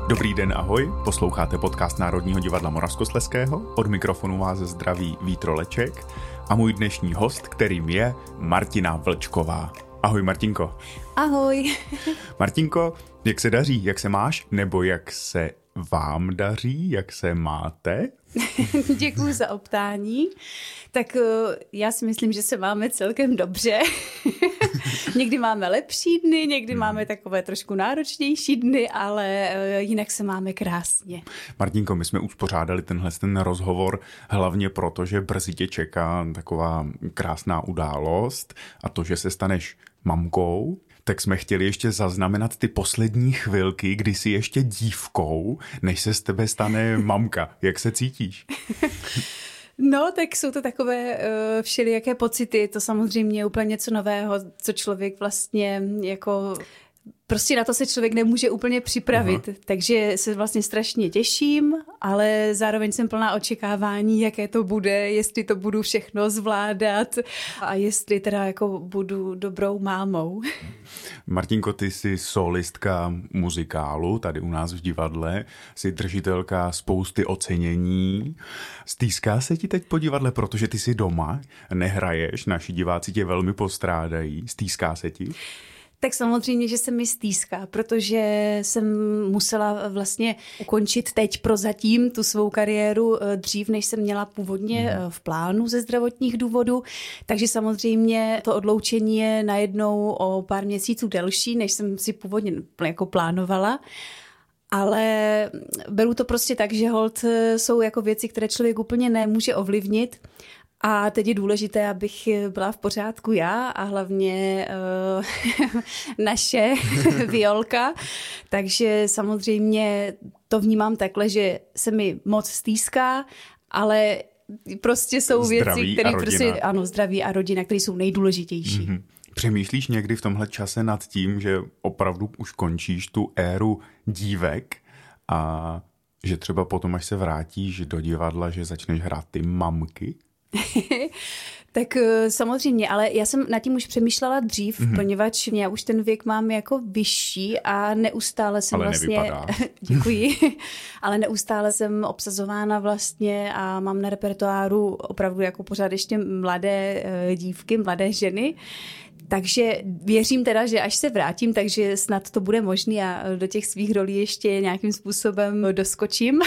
Dobrý den, ahoj, posloucháte podcast Národního divadla Moravskoslezského, od mikrofonu vás zdraví Vít Roleček a můj dnešní host, kterým je Martina Vlčková. Ahoj Martinko. Ahoj. Martinko, jak se daří, jak se máš, nebo jak se vám daří, jak se máte? Děkuju za optání. Tak já si myslím, že se máme celkem dobře. Někdy máme lepší dny, někdy máme takové trošku náročnější dny, ale jinak se máme krásně. Martinko, my jsme uspořádali ten rozhovor hlavně proto, že brzy tě čeká taková krásná událost a to, že se staneš mamkou. Tak jsme chtěli ještě zaznamenat ty poslední chvilky, kdy jsi ještě dívkou, než se z tebe stane mamka. Jak se cítíš? No, tak jsou to takové všelijaké pocity, to samozřejmě je úplně něco nového, co člověk vlastně jako... Prostě na to se člověk nemůže úplně připravit, takže se vlastně strašně těším, ale zároveň jsem plná očekávání, jaké to bude, jestli to budu všechno zvládat a jestli teda jako budu dobrou mámou. Martinko, ty jsi solistka muzikálu tady u nás v divadle, jsi držitelka spousty ocenění. Stýská se ti teď po divadle, protože ty jsi doma, nehraješ, naši diváci tě velmi postrádají, stýská se ti? Tak samozřejmě, že se mi stýská, protože jsem musela vlastně ukončit teď prozatím tu svou kariéru dřív, než jsem měla původně v plánu ze zdravotních důvodů. Takže samozřejmě to odloučení je najednou o pár měsíců delší, než jsem si původně jako plánovala. Ale beru to prostě tak, že holt jsou jako věci, které člověk úplně nemůže ovlivnit. A teď je důležité, abych byla v pořádku já a hlavně naše Violka. Takže samozřejmě to vnímám takhle, že se mi moc stýská, ale prostě jsou věci, které prostě, ano, zdraví a rodina, které jsou nejdůležitější. Mm-hmm. Přemýšlíš někdy v tomhle čase nad tím, že opravdu už končíš tu éru dívek a že třeba potom, až se vrátíš do divadla, že začneš hrát ty mamky? Tak samozřejmě, ale já jsem nad tím už přemýšlela dřív, poněvadž já už ten věk mám jako vyšší a neustále jsem ale vlastně... Děkuji. Ale neustále jsem obsazována vlastně a mám na repertoáru opravdu jako pořád ještě mladé dívky, mladé ženy. Takže věřím teda, že až se vrátím, takže snad to bude možný a do těch svých rolí ještě nějakým způsobem doskočím.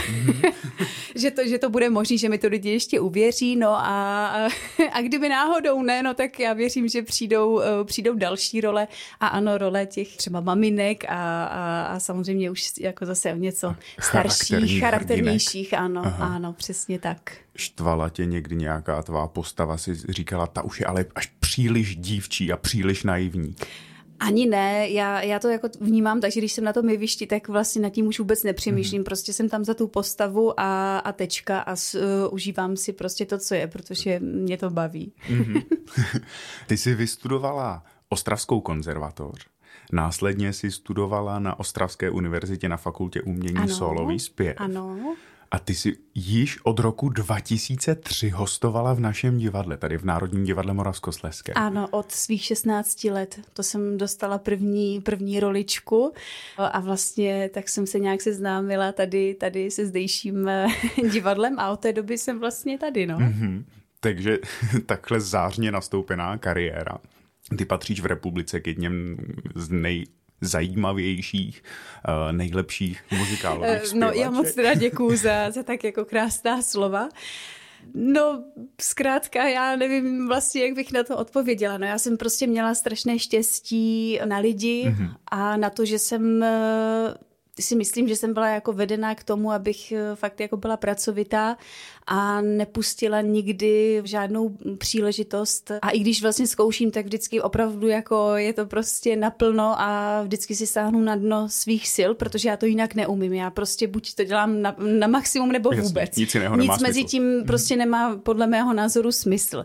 že to bude možný, že mi to lidi ještě uvěří. No a kdyby náhodou ne, no tak já věřím, že přijdou další role a ano, role těch třeba maminek a samozřejmě už jako zase o něco starších, charakternějších. Ano, přesně tak. Štvala tě někdy nějaká tvá postava, si říkala, ta už je ale až příliš dívčí a příliš naivní? Ani ne, já to jako vnímám, takže když jsem na tom jevišti, tak vlastně nad tím už vůbec nepřemýšlím, prostě jsem tam za tu postavu a tečka a užívám si prostě to, co je, protože mě to baví. Ty jsi vystudovala Ostravskou konzervatoř, následně jsi studovala na Ostravské univerzitě na fakultě umění sólový zpěv. Ano. A ty jsi již od roku 2003 hostovala v našem divadle, tady v Národním divadle Moravskoslezské. Ano, od svých 16 let. To jsem dostala první roličku a vlastně tak jsem se nějak seznámila tady se zdejším divadlem a od té doby jsem vlastně tady, no. Takže takhle zářně nastoupená kariéra. Ty patříš v republice k jedním z zajímavějších, nejlepších muzikálových zpěvaček. No já moc teda děkuju za tak jako krásná slova. No zkrátka já nevím vlastně, jak bych na to odpověděla. No já jsem prostě měla strašné štěstí na lidi a na to, že jsem si myslím, že jsem byla jako vedená k tomu, abych fakt jako byla pracovitá a nepustila nikdy v žádnou příležitost. A i když vlastně zkouším, tak vždycky opravdu jako je to prostě naplno a vždycky si sáhnu na dno svých sil, protože já to jinak neumím. Já prostě buď to dělám na maximum nebo vůbec. Nic jiného nemá Nic mezi tím prostě nemá podle mého názoru smysl.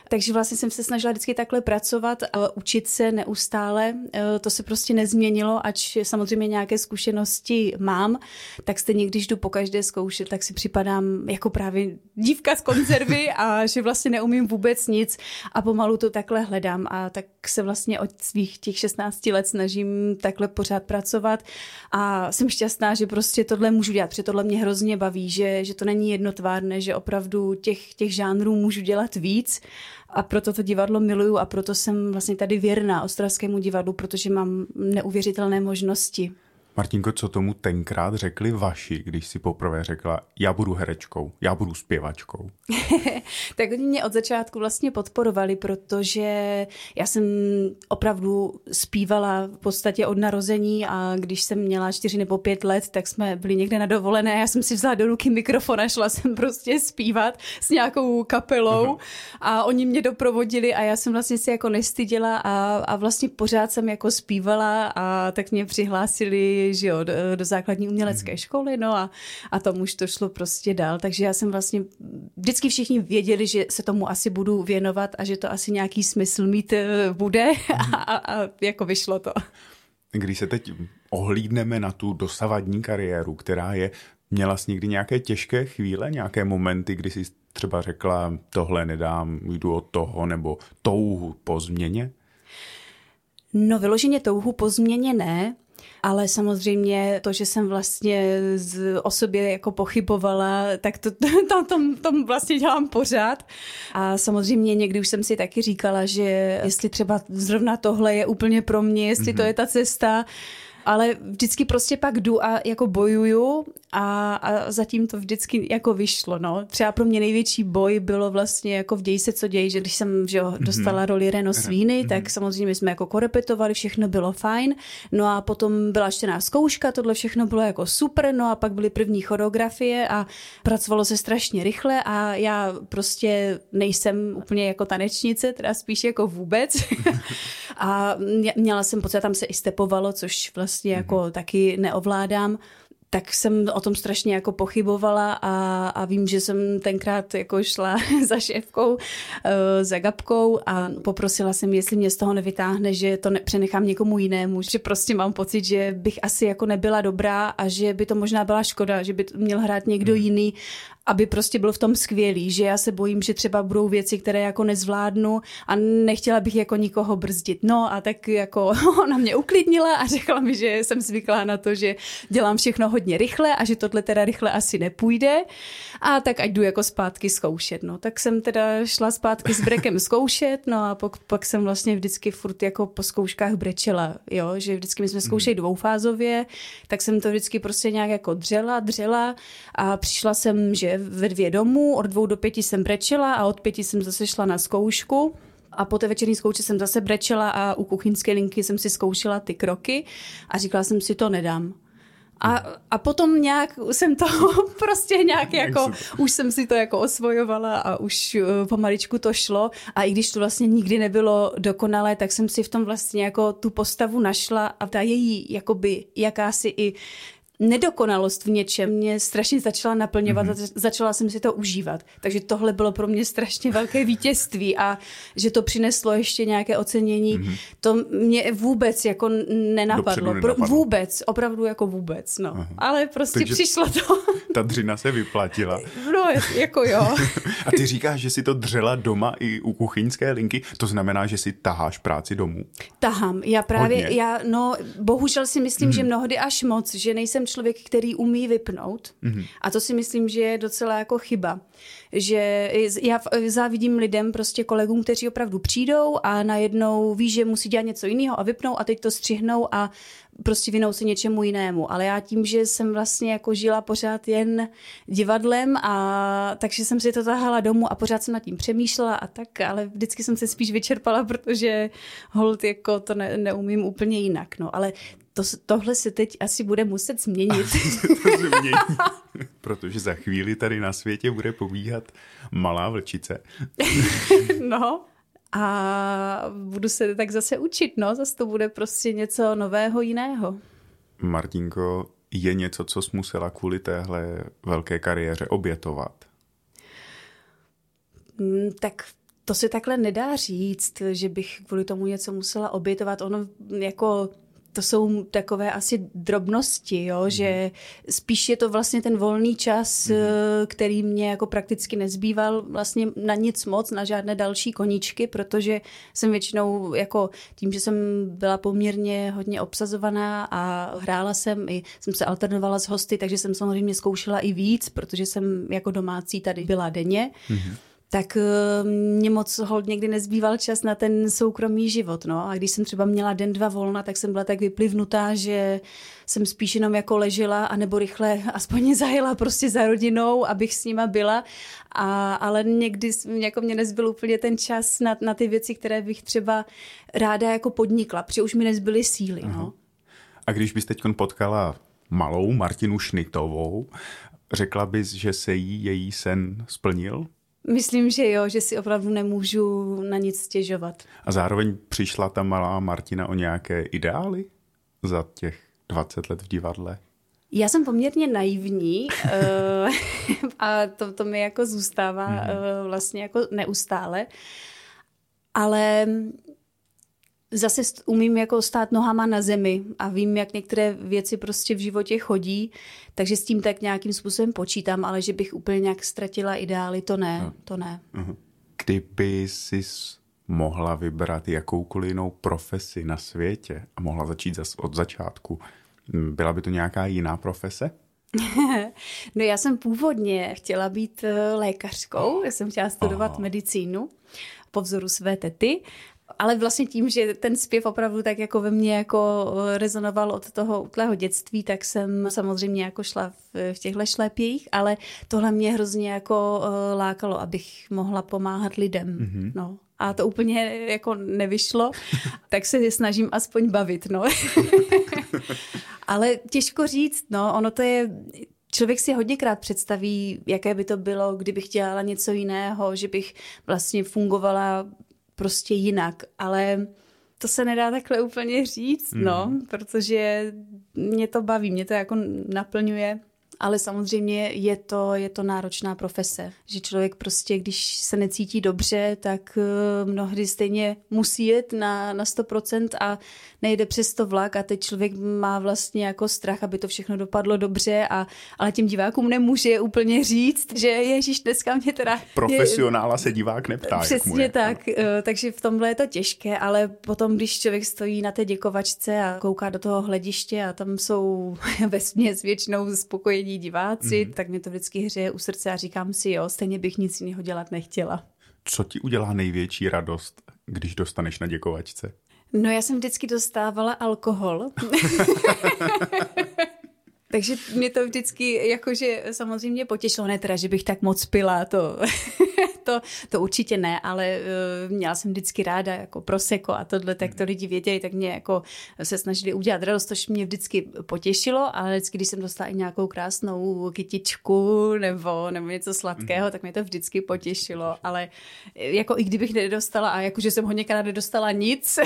Takže vlastně jsem se snažila vždycky takhle pracovat a učit se neustále. To se prostě nezměnilo, ač samozřejmě nějaké zkušenosti mám, tak stejně když jdu po každé zkoušet, tak si připadám jako právě dívka z konzervy a že vlastně neumím vůbec nic a pomalu to takhle hledám a tak se vlastně od svých těch 16 let snažím takhle pořád pracovat a jsem šťastná, že prostě tohle můžu dělat, protože tohle mě hrozně baví, že to není jednotvárné, že opravdu těch žánrů můžu dělat víc a proto to divadlo miluju a proto jsem vlastně tady věrná Ostravskému divadlu, protože mám neuvěřitelné možnosti. Martinko, co tomu tenkrát řekli vaši, když si poprvé řekla, já budu herečkou, já budu zpěvačkou? Tak oni mě od začátku vlastně podporovali, protože já jsem opravdu zpívala v podstatě od narození a když jsem měla 4 nebo 5 let, tak jsme byli někde na dovolené a já jsem si vzala do ruky mikrofon a šla jsem prostě zpívat s nějakou kapelou a oni mě doprovodili a já jsem vlastně si jako nestyděla a vlastně pořád jsem jako zpívala a tak mě přihlásili, že jo, do základní umělecké školy, no a tomu už to šlo prostě dál, takže já jsem vlastně, vždycky všichni věděli, že se tomu asi budu věnovat a že to asi nějaký smysl mít bude a jako vyšlo to. Když se teď ohlídneme na tu dosavadní kariéru, která je, měla jsi někdy nějaké těžké chvíle, nějaké momenty, kdy jsi třeba řekla, tohle nedám, jdu od toho, nebo touhu po změně? No vyloženě touhu po změně ne, ale samozřejmě to, že jsem vlastně o sobě jako pochybovala, tak to vlastně dělám pořád. A samozřejmě někdy už jsem si taky říkala, že jestli třeba zrovna tohle je úplně pro mě, jestli to je ta cesta, ale vždycky prostě pak jdu a jako bojuju a zatím to vždycky jako vyšlo, no. Třeba pro mě největší boj bylo vlastně jako v Děj se, co děj, že když jsem dostala roli Reno Svíny, tak samozřejmě jsme jako korepetovali, všechno bylo fajn, no a potom byla čtená zkouška, tohle všechno bylo jako super, no a pak byly první choreografie a pracovalo se strašně rychle a já prostě nejsem úplně jako tanečnice, teda spíš jako vůbec a měla jsem pocit, tam se i stepovalo, což vlastně jako taky neovládám, tak jsem o tom strašně jako pochybovala a vím, že jsem tenkrát jako šla za šéfkou, za Gabkou a poprosila jsem, jestli mě z toho nevytáhne, že to přenechám někomu jinému, že prostě mám pocit, že bych asi jako nebyla dobrá a že by to možná byla škoda, že by to měl hrát někdo jiný, aby prostě byl v tom skvělý, že já se bojím, že třeba budou věci, které jako nezvládnu a nechtěla bych jako nikoho brzdit. No a tak jako ona mě uklidnila a řekla mi, že jsem zvyklá na to, že dělám všechno hodně rychle a že tohle teda rychle asi nepůjde a tak ať jdu jako zpátky zkoušet. No tak jsem teda šla zpátky s brekem zkoušet, no a pak jsem vlastně vždycky furt jako po zkouškách brečela, jo, že vždycky my jsme zkoušeli dvoufázově, tak jsem to vždycky prostě nějak jako dřela a přišla jsem, že ve 2 domů, od 2 do 5 jsem brečela a od 5 jsem zase šla na zkoušku. A po té večerní zkoušce jsem zase brečela a u kuchyňské linky jsem si zkoušela ty kroky a říkala jsem si, to nedám. A potom nějak jsem to prostě nějak jako, už jsem si to jako osvojovala a už pomaličku to šlo a i když to vlastně nikdy nebylo dokonalé, tak jsem si v tom vlastně jako tu postavu našla a ta její jakoby jakási i nedokonalost v něčem mě strašně začala naplňovat a začala jsem si to užívat. Takže tohle bylo pro mě strašně velké vítězství a že to přineslo ještě nějaké ocenění, to mě vůbec jako nenapadlo. Vůbec, opravdu jako vůbec, no. Aha. Ale prostě takže přišlo to. Ta dřina se vyplatila. No, jako jo. A ty říkáš, že si to dřela doma i u kuchyňské linky, to znamená, že si taháš práci domů? Tahám. Já právě, bohužel si myslím, že mnohdy až moc, že nejsem člověk, který umí vypnout. A to si myslím, že je docela jako chyba. Že já závidím lidem, prostě kolegům, kteří opravdu přijdou a najednou ví, že musí dělat něco jiného a vypnou a teď to střihnou a prostě vinou se něčemu jinému. Ale já tím, že jsem vlastně jako žila pořád jen divadlem a takže jsem si to tahala domů a pořád jsem nad tím přemýšlela a tak, ale vždycky jsem se spíš vyčerpala, protože holt jako to neumím úplně jinak. No, ale tohle se teď asi bude muset změnit. Protože za chvíli tady na světě bude pobíhat malá vlčice. No. A budu se tak zase učit, no, zase to bude prostě něco nového, jiného. Martinko, je něco, co jsi musela kvůli téhle velké kariéře obětovat? Tak To se takhle nedá říct, že bych kvůli tomu něco musela obětovat. Ono jako... To jsou takové asi drobnosti, jo? Že spíš je to vlastně ten volný čas, který mě jako prakticky nezbýval vlastně na nic moc, na žádné další koníčky, protože jsem většinou jako tím, že jsem byla poměrně hodně obsazovaná a hrála jsem jsem se alternovala s hosty, takže jsem samozřejmě zkoušela i víc, protože jsem jako domácí tady byla denně. Tak mě moc hold někdy nezbýval čas na ten soukromý život. No. A když jsem třeba měla den, 2 volna, tak jsem byla tak vyplivnutá, že jsem spíš jenom jako ležela anebo rychle aspoň zajela prostě za rodinou, abych s nima byla. Ale někdy jako mě nezbyl úplně ten čas na ty věci, které bych třeba ráda jako podnikla, protože už mi nezbyly síly. No. A když bys teď potkala malou Martinu Šnytovou, řekla bys, že se jí její sen splnil? Myslím, že jo, že si opravdu nemůžu na nic stěžovat. A zároveň přišla ta malá Martina o nějaké ideály za těch 20 let v divadle? Já jsem poměrně naivní a to mi jako zůstává vlastně jako neustále, ale zase umím jako stát nohama na zemi a vím, jak některé věci prostě v životě chodí, takže s tím tak nějakým způsobem počítám, ale že bych úplně nějak ztratila ideály, to ne. Kdyby jsi mohla vybrat jakoukoliv jinou profesi na světě a mohla začít zase od začátku, byla by to nějaká jiná profese? No já jsem původně chtěla být lékařkou, já jsem chtěla studovat medicínu po vzoru své tety, ale vlastně tím, že ten zpěv opravdu tak jako ve mně jako rezonoval od toho útlého dětství, tak jsem samozřejmě jako šla v těchto šlépějích, ale tohle mě hrozně jako lákalo, abych mohla pomáhat lidem. No. A to úplně jako nevyšlo, tak se snažím aspoň bavit. No. Ale těžko říct, no, ono to je... Člověk si hodněkrát představí, jaké by to bylo, kdybych dělala něco jiného, že bych vlastně fungovala prostě jinak, ale to se nedá takhle úplně říct, no, protože mě to baví, mě to jako naplňuje, ale samozřejmě je to náročná profese, že člověk prostě, když se necítí dobře, tak mnohdy stejně musí jet na 100% a nejde přes to vlak a teď člověk má vlastně jako strach, aby to všechno dopadlo dobře, ale těm divákům nemůže úplně říct, že ježiš, dneska mě teda... Profesionála se divák neptá. Přesně tak, takže v tomhle je to těžké, ale potom, když člověk stojí na té děkovačce a kouká do toho hlediště a tam jsou vesměs většinou spokojení diváci, tak mě to vždycky hřeje u srdce a říkám si, jo, stejně bych nic jiného dělat nechtěla. Co ti udělá největší radost, když dostaneš na děkovačce? No já jsem vždycky dostávala alkohol. Takže mě to vždycky jakože samozřejmě potěšilo, ne teda, že bych tak moc pila, to určitě ne, ale měla jsem vždycky ráda jako prosecco a tohle, tak to lidi věděli, tak mě jako se snažili udělat radost, což mě vždycky potěšilo, ale vždycky, když jsem dostala i nějakou krásnou kytičku nebo něco sladkého, tak mě to vždycky potěšilo, ale jako i kdybych nedostala a jakože jsem hodněkrát nedostala nic,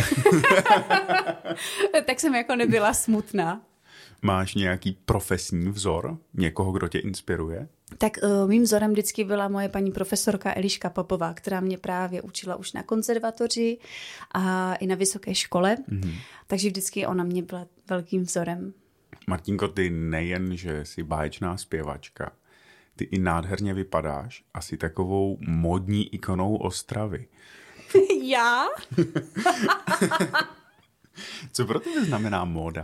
tak jsem jako nebyla smutná. Máš nějaký profesní vzor? Někoho, kdo tě inspiruje? Tak mým vzorem vždycky byla moje paní profesorka Eliška Popová, která mě právě učila už na konzervatoři a i na vysoké škole. Takže vždycky ona mě byla velkým vzorem. Martinko, ty nejen, že jsi báječná zpěvačka, ty i nádherně vypadáš a jsi takovou módní ikonou Ostravy. Já? Co pro tebe znamená móda?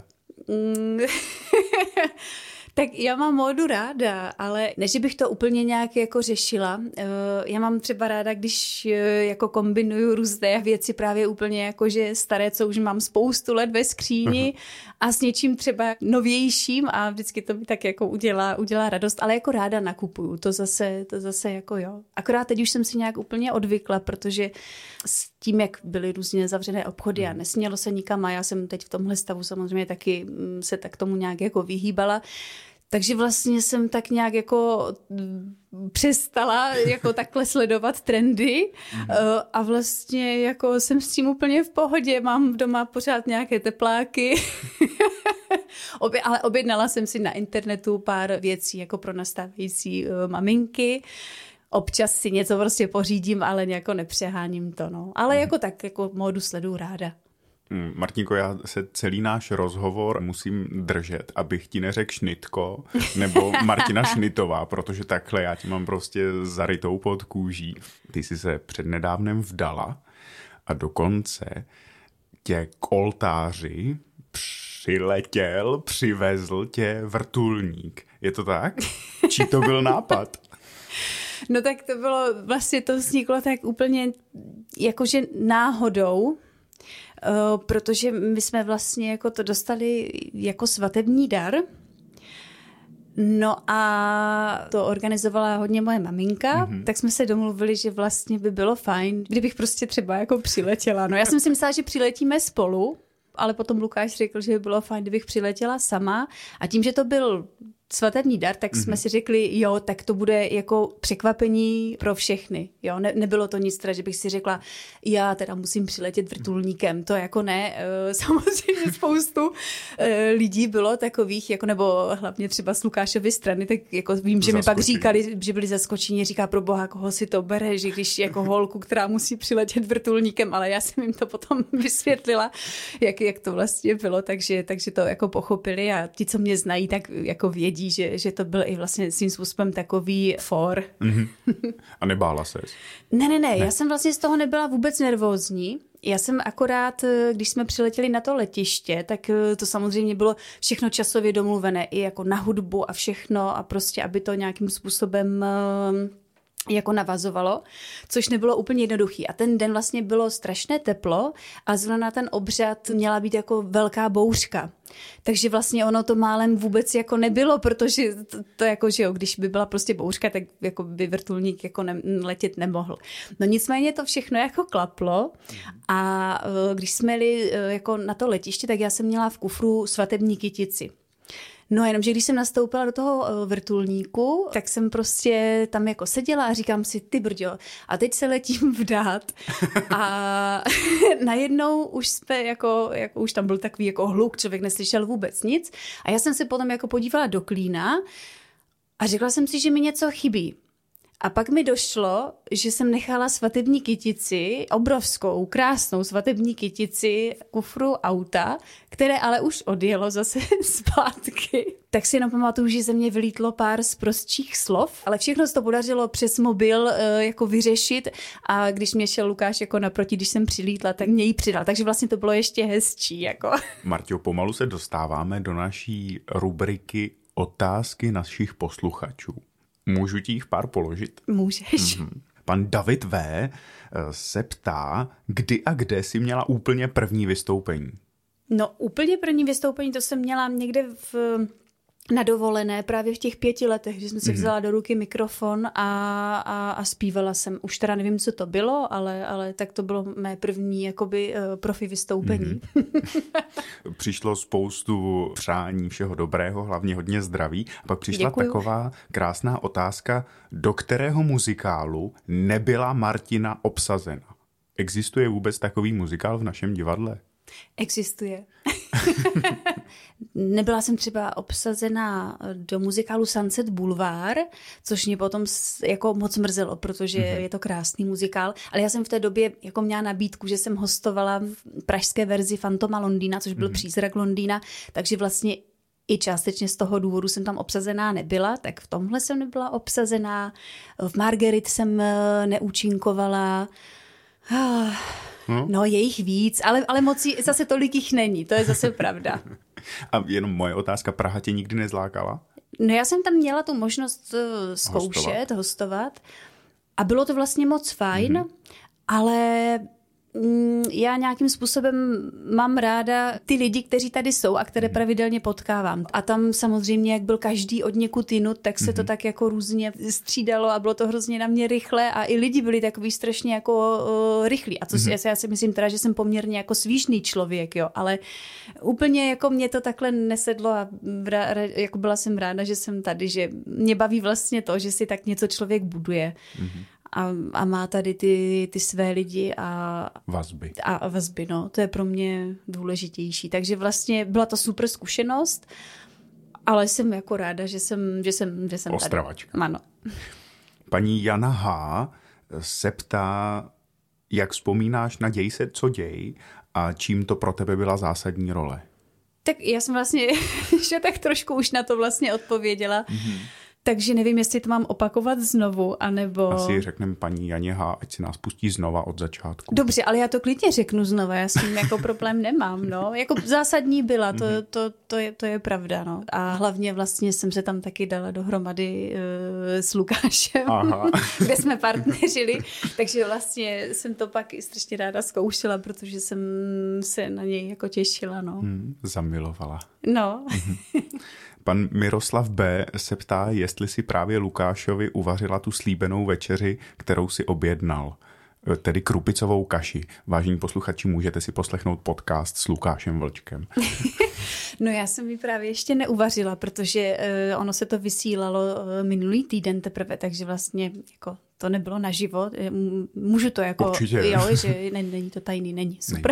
Tak já mám módu ráda, ale ne, že bych to úplně nějak jako řešila. Já mám třeba ráda, když jako kombinuju různé věci právě úplně jako, že staré, co už mám spoustu let ve skříni a s něčím třeba novějším a vždycky to mi tak jako udělá radost, ale jako ráda nakupuju, to zase jako jo. Akorát teď už jsem si nějak úplně odvykla, protože s tím, jak byly různě zavřené obchody a nesmělo se nikam a já jsem teď v tomhle stavu samozřejmě taky se tak tomu nějak jako vyhýbala. Takže vlastně jsem tak nějak jako přestala jako takhle sledovat trendy a vlastně jako jsem s tím úplně v pohodě. Mám doma pořád nějaké tepláky, ale objednala jsem si na internetu pár věcí jako pro nastávající maminky. občas si něco prostě pořídím, ale jako nepřeháním to, no. Ale jako tak, jako módu sleduju ráda. Martinko, já se celý náš rozhovor musím držet, abych ti neřekl Šnitko nebo Martina Šnitová, protože takhle já ti mám prostě zarytou pod kůží. Ty jsi se přednedávnem vdala a dokonce tě k oltáři přivezl tě vrtulník. Je to tak? Čí to byl nápad? No tak to bylo, vlastně to vzniklo tak úplně jakože náhodou, protože my jsme vlastně jako to dostali jako svatební dar. No a to organizovala hodně moje maminka, tak jsme se domluvili, že vlastně by bylo fajn, kdybych prostě třeba jako přiletěla. No já jsem si myslela, že přiletíme spolu, ale potom Lukáš řekl, že by bylo fajn, kdybych přiletěla sama a tím, že to byl svatební dar, tak jsme si řekli, jo, tak to bude jako překvapení pro všechny. Jo, nebylo to nic, teda, že bych si řekla, já teda musím přiletět vrtulníkem. To jako ne. Samozřejmě spoustu lidí bylo takových, jako, nebo hlavně třeba z Lukášovy strany, tak jako vím, že mi pak říkali, že byli zaskočení, říká pro boha, koho si to bere, že když jako holku, která musí přiletět vrtulníkem, ale já jsem jim to potom vysvětlila, jak to vlastně bylo, takže to jako pochopili a ti, co mě znají, tak jako vědí, že to byl i vlastně svým způsobem takový for. A nebála ses? Ne, já jsem vlastně z toho nebyla vůbec nervózní. Já jsem akorát, když jsme přiletěli na to letiště, tak to samozřejmě bylo všechno časově domluvené, i jako na hudbu a všechno a prostě, aby to nějakým způsobem jako navazovalo, což nebylo úplně jednoduchý. A ten den vlastně bylo strašné teplo a zrovna na ten obřad měla být jako velká bouřka. Takže vlastně ono to málem vůbec jako nebylo, protože to jako, že jo, když by byla prostě bouřka, tak jako by vrtulník jako letět nemohl. No nicméně to všechno jako klaplo a když jsme jeli jako na to letiště, tak já jsem měla v kufru svatební kytici. No jenomže když jsem nastoupila do toho vrtulníku, tak jsem prostě tam jako seděla a říkám si, ty brďo, a teď se letím vdát. A najednou už jsme jako už tam byl takový jako hluk, člověk neslyšel vůbec nic. A já jsem se potom jako podívala do klína a řekla jsem si, že mi něco chybí. A pak mi došlo, že jsem nechala svatební kytici, obrovskou, krásnou svatební kytici v kufru auta, které ale už odjelo zase zpátky. Tak si jenom pamatuju, že ze mě vylítlo pár sprostších slov, ale všechno se to podařilo přes mobil jako vyřešit a když mě šel Lukáš jako naproti, když jsem přilítla, tak mě ji přidal. Takže vlastně to bylo ještě hezčí. Jako. Marťo, pomalu se dostáváme do naší rubriky otázky našich posluchačů. Můžu ti jich pár položit? Můžeš. Pan David V. se ptá, kdy a kde jsi měla úplně první vystoupení? No úplně první vystoupení to jsem měla někde na dovolené právě v těch 5 letech, že jsem si vzala do ruky mikrofon a zpívala jsem. Už teda nevím, co to bylo, ale tak to bylo mé první jakoby profi vystoupení. Přišlo spoustu přání všeho dobrého, hlavně hodně zdraví. A pak přišla taková krásná otázka, do kterého muzikálu nebyla Martina obsazena? Existuje vůbec takový muzikál v našem divadle? Existuje. Nebyla jsem třeba obsazená do muzikálu Sunset Boulevard, což mě potom jako moc mrzelo, protože je to krásný muzikál, ale já jsem v té době jako měla nabídku, že jsem hostovala v pražské verzi Fantoma Londýna, což byl přízrak Londýna, takže vlastně i částečně z toho důvodu jsem tam obsazená nebyla, tak v tomhle jsem nebyla obsazená. V Marguerite jsem neúčinkovala. No, je jich víc, ale moc zase tolik jich není, to je zase pravda. A jenom moje otázka, Praha tě nikdy nezlákala? No já jsem tam měla tu možnost zkoušet, hostovat a bylo to vlastně moc fajn, ale já nějakým způsobem mám ráda ty lidi, kteří tady jsou a které pravidelně potkávám. A tam samozřejmě, jak byl každý od někud jinut, tak se to tak jako různě střídalo a bylo to hrozně na mě rychle a i lidi byli takový strašně jako rychlí. A já si myslím teda, že jsem poměrně jako svížný člověk, jo, ale úplně jako mě to takhle nesedlo a jako byla jsem ráda, že jsem tady, že mě baví vlastně to, že si tak něco člověk buduje. A má tady ty své lidi a vazby. A vazby, no, to je pro mě důležitější. Takže vlastně byla to super zkušenost, ale jsem jako ráda, že jsem Ostravačka. tady. Ano. Paní Jana H. se ptá, jak vzpomínáš na Děj se, co děj a čím to pro tebe byla zásadní role? Tak já jsem vlastně, že tak trošku už na to vlastně odpověděla. Takže nevím, jestli to mám opakovat znovu, anebo... Asi řekneme paní Janě H., ať si nás pustí znova od začátku. Dobře, ale já to klidně řeknu znova, já s tím jako problém nemám, no. Jako zásadní byla, to je pravda, no. A hlavně vlastně jsem se tam taky dala dohromady s Lukášem, kde jsme partneřili, takže vlastně jsem to pak i strašně ráda zkoušela, protože jsem se na něj jako těšila, no. Zamilovala. No. Pan Miroslav B. se ptá, jestli si právě Lukášovi uvařila tu slíbenou večeři, kterou si objednal, tedy krupicovou kaši. Vážení posluchači, můžete si poslechnout podcast s Lukášem Vlčkem. No já jsem ji právě ještě neuvařila, protože ono se to vysílalo minulý týden teprve, takže vlastně jako to nebylo naživo. Můžu to jako... Určitě. Jo, že není to tajný, není. Super.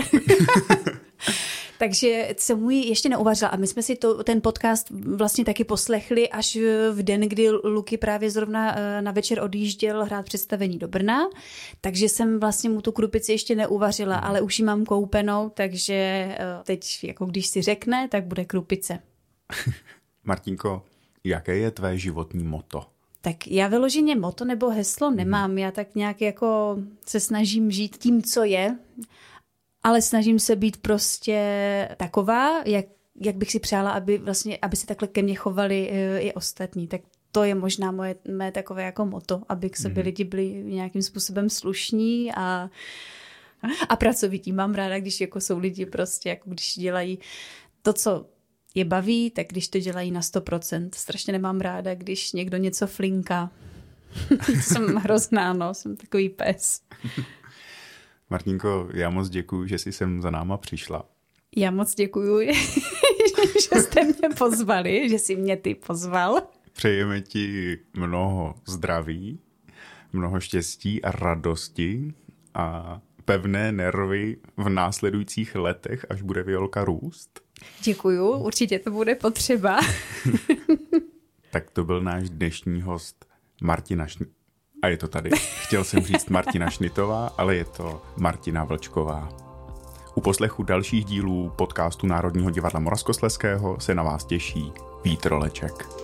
Takže jsem mu ji ještě neuvařila a my jsme si ten podcast vlastně taky poslechli až v den, kdy Luky právě zrovna na večer odjížděl hrát představení do Brna, takže jsem vlastně mu tu krupici ještě neuvařila, ale už ji mám koupenou, takže teď jako když si řekne, tak bude krupice. Martinko, jaké je tvé životní motto? Tak já vyloženě motto nebo heslo nemám, já tak nějak jako se snažím žít tím, co je, ale snažím se být prostě taková, jak bych si přála, aby se takhle ke mně chovali i ostatní. Tak to je možná mé takové jako motto, aby k sobě lidi byli nějakým způsobem slušní a pracovití. Mám ráda, když jako jsou lidi prostě, jako když dělají to, co je baví, tak když to dělají na 100%. Strašně nemám ráda, když někdo něco flinká. Jsem hrozná, no, jsem takový pes. Martinko, já moc děkuju, že jsi sem za náma přišla. Já moc děkuju, že jste mě pozvali, že jsi mě ty pozval. Přejeme ti mnoho zdraví, mnoho štěstí a radosti a pevné nervy v následujících letech, až bude Violka růst. Děkuju, určitě to bude potřeba. Tak to byl náš dnešní host Martina A je to tady. Chtěl jsem říct Martina Šnitová, ale je to Martina Vlčková. U poslechu dalších dílů podcastu Národního divadla Moravskoslezského se na vás těší Vít Roleček.